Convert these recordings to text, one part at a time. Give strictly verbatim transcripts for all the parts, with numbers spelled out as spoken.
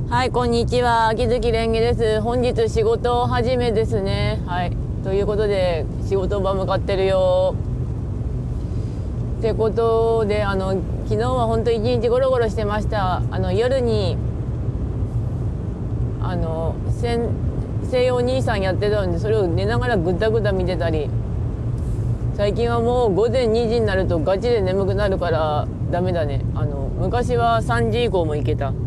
はい、こんにちは。秋月蓮華です。本日仕事始めですね。はい。ということで、仕事場向かってるよ。ってことで、あの、昨日は本当一日ゴロゴロしてました。あの、夜に、あの、西西洋兄さんやってたので、それを寝ながらぐだぐだ見てたり、最近はもう午前にじになるとガチで眠くなるからダメだね。あの、昔はさんじ以降も行けた。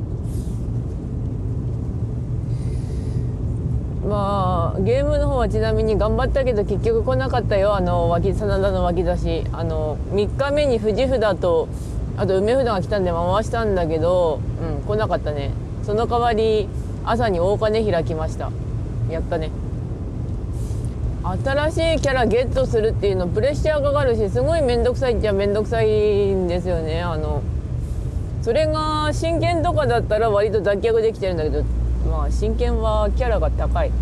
まあゲームの方はちなみに頑張ったけど結局来なかったよ。あの脇真田の脇差し、あのみっかめに富士札とあと梅札が来たんで回したんだけど、うん来なかったね。その代わり朝に大金開きました。やったね。新しいキャラゲットするっていうのプレッシャーかかるし、すごい面倒くさいっちゃ面倒くさいんですよね。あのそれが真剣とかだったら割と脱却できてるんだけど、まあ真剣はキャラが高い、うん、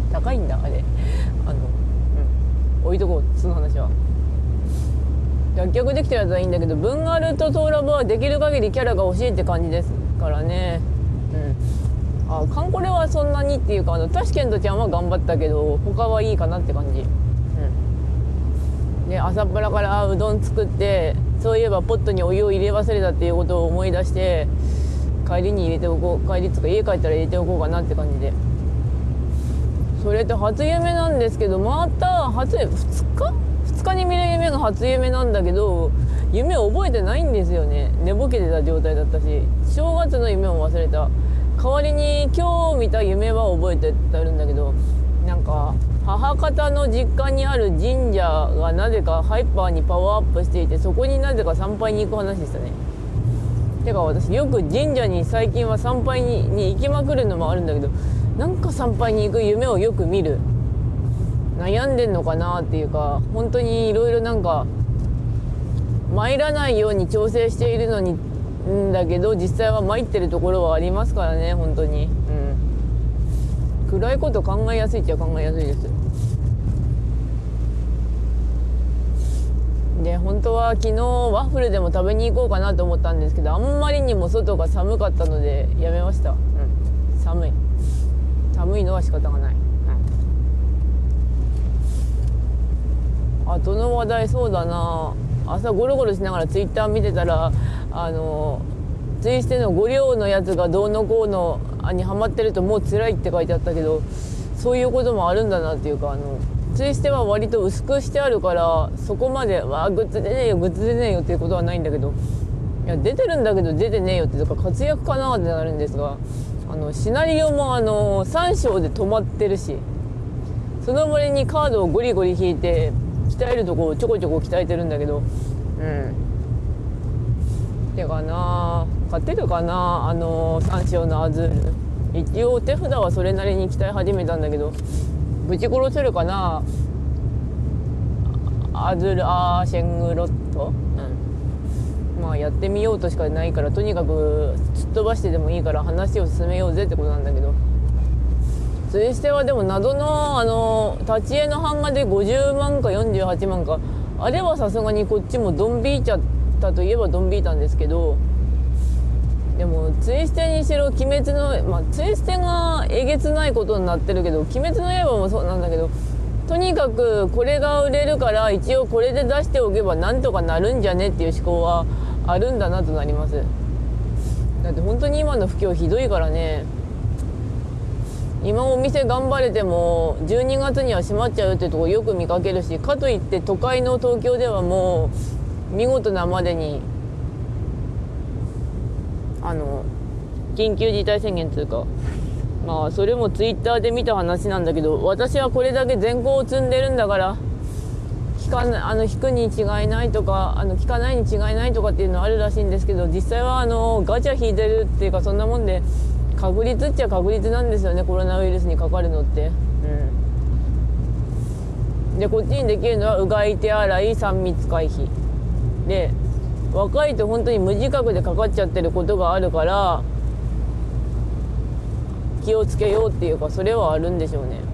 高いんだあれ、あの、うん、置いとこうその話は。脱却できてるやつはいいんだけど、文ガルとトーラボはできる限りキャラが欲しいって感じですからね。うん、あカンコレはそんなにっていうか、あのタシケントちゃんは頑張ったけど他はいいかなって感じ。うん、で朝っぱらからうどん作って、そういえばポットにお湯を入れ忘れたっていうことを思い出して、帰りに入れておこう、帰りつか家帰ったら入れておこうかなって感じで。それと初夢なんですけど、また初夢ふつかふつかに見る夢が初夢なんだけど、夢を覚えてないんですよね。寝ぼけてた状態だったし、正月の夢も忘れた。代わりに今日見た夢は覚えてるんだけど、なんか母方の実家にある神社がなぜかハイパーにパワーアップしていて、そこになぜか参拝に行く話でしたね。てか私よく神社に最近は参拝 に, に行きまくるのもあるんだけど、なんか参拝に行く夢をよく見る。悩んでんのかなっていうか、本当にいろいろなんか参らないように調整しているのにんだけど、実際は参ってるところはありますからね。本当に、うん、暗いこと考えやすいっちゃ考えやすいです。で本当は昨日ワッフルでも食べに行こうかなと思ったんですけど、あんまりにも外が寒かったのでやめました。うん、寒い寒いのは仕方がない。うん、あとの話題、そうだな、朝ゴロゴロしながらツイッター見てたら、あのツイステのご両のやつがどうのこうのにハマってるともう辛いって書いてあったけど、そういうこともあるんだなっていうか、あのツイステは割と薄くしてあるから、そこまでわあグッズ出ねえよグッズ出ねえよっていうことはないんだけど、いや出てるんだけど出てねえよってとか活躍かなってなるんですが、あのシナリオもあのさん章で止まってるし、その割にカードをゴリゴリ引いて鍛えるとこをちょこちょこ鍛えてるんだけど、うんてかな、勝てるかな、あのさん章のアズール。一応手札はそれなりに鍛え始めたんだけど、ぶち殺せるかな、アズールアーシェングロット。うん、まあやってみようとしかないから、とにかく突っ飛ばしてでもいいから話を進めようぜってことなんだけど、ツイステはでも謎のあの立ち絵の版画でごじゅうまんかよんじゅうはちまんか、あれはさすがにこっちもドン引いちゃったといえばドン引いたんですけど、でもツイステにしろ鬼滅の、まあツイステがえげつないことになってるけど、鬼滅の刃もそうなんだけど、とにかくこれが売れるから一応これで出しておけばなんとかなるんじゃねっていう思考はあるんだなとなります。だって本当に今の不況ひどいからね。今お店頑張れてもじゅうにがつには閉まっちゃうってとこよく見かけるし、かといって都会の東京ではもう見事なまでにあの緊急事態宣言というか、まあそれもツイッターで見た話なんだけど、私はこれだけ全校を積んでるんだから引かなあの引くに違いないとか、あの引かないに違いないとかっていうのはあるらしいんですけど、実際はあのガチャ引いてるっていうか、そんなもんで確率っちゃ確率なんですよね、コロナウイルスにかかるのって。うん、でこっちにできるのはうがい手洗いさん密回避で、若いと本当に無自覚でかかっちゃってることがあるから気をつけようっていうか、それはあるんでしょうね。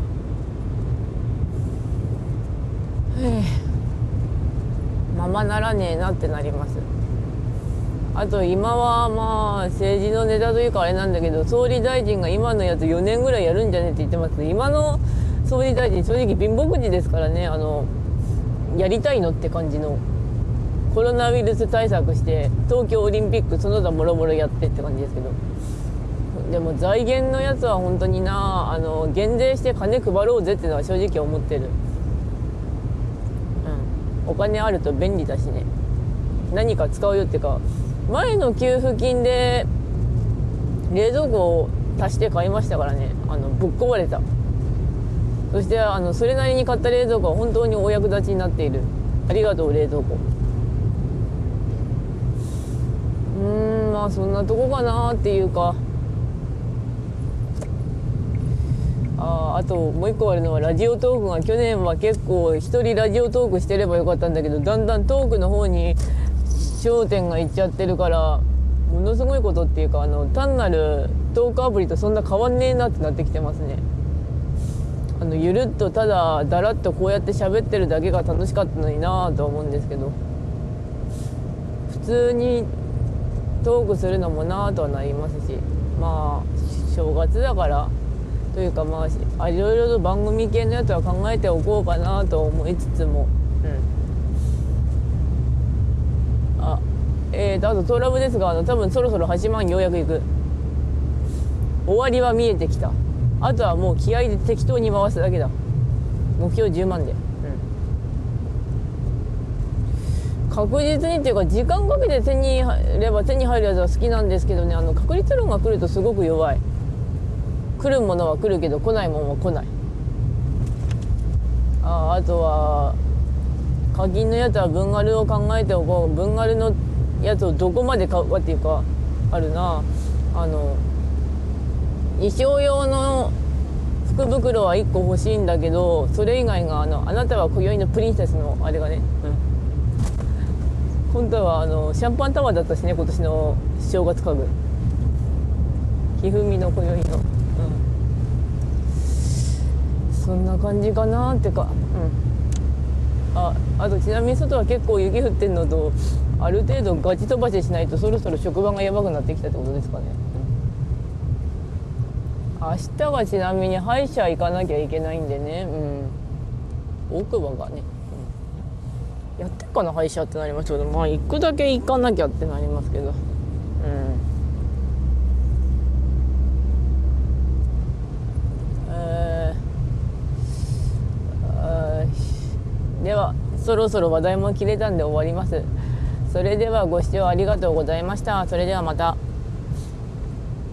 ままならねえなってなります。 あと今はまあ政治のネタというかあれなんだけど、総理大臣が今のやつよねんぐらいやるんじゃねって言ってますけど、今の総理大臣正直貧乏くじですからね。あのやりたいのって感じの、コロナウイルス対策して東京オリンピックその他もろもろやってって感じですけど、でも財源のやつは本当にな、あの減税して金配ろうぜっていうのは正直思ってる。うん、お金あると便利だしね、何か使うよっていうか、前の給付金で冷蔵庫を足して買いましたからね。あのぶっ壊れた。そしてあのそれなりに買った冷蔵庫は本当にお役立ちになっている。ありがとう冷蔵庫。うーん、まあそんなとこかなっていうか、ああともう一個あるのはラジオトークが、去年は結構一人ラジオトークしてればよかったんだけど、だんだんトークの方に焦点がいっちゃってるから、ものすごいことっていうか、あの単なるトークアプリとそんな変わんねえなってなってきてますね。あのゆるっとただだらっとこうやって喋ってるだけが楽しかったのになぁとは思うんですけど、普通にトークするのもなぁとはなりますし、まあ正月だからというか、まあいろいろと番組系のやつは考えておこうかなと思いつつも、うん、あえーとあとトラブですが、あの多分そろそろはちまんようやく行く。終わりは見えてきた。あとはもう気合で適当に回すだけだ。目標じゅうまんで、うん、確実にっていうか時間かけて手に入れば手に入るやつは好きなんですけどね、あの確率論が来るとすごく弱い。来るものは来るけど来ないものは来ない。ああとは課金のやつは文ガルを考えておこう。文ガルのやつをどこまで買うかっていうかあるな。あの衣装用の福袋はいっこ欲しいんだけど、それ以外があのあなたは今宵のプリンセスのあれがね、うん、本当はあのシャンパンタワーだったしね、今年の正月家具、ひふみの今宵の、うん、そんな感じかなってか、うん、ああとちなみに外は結構雪降ってんのと、ある程度ガチ飛ばししないとそろそろ職場がやばくなってきたってことですかね。明日はちなみに歯医者行かなきゃいけないんでね、うん、奥歯がね、うん、やってっかな歯医者ってなりますけど、まあ行くだけ行かなきゃってなりますけど、うん、えー、ではそろそろ話題も切れたんで終わります。それではご視聴ありがとうございました。それではまた。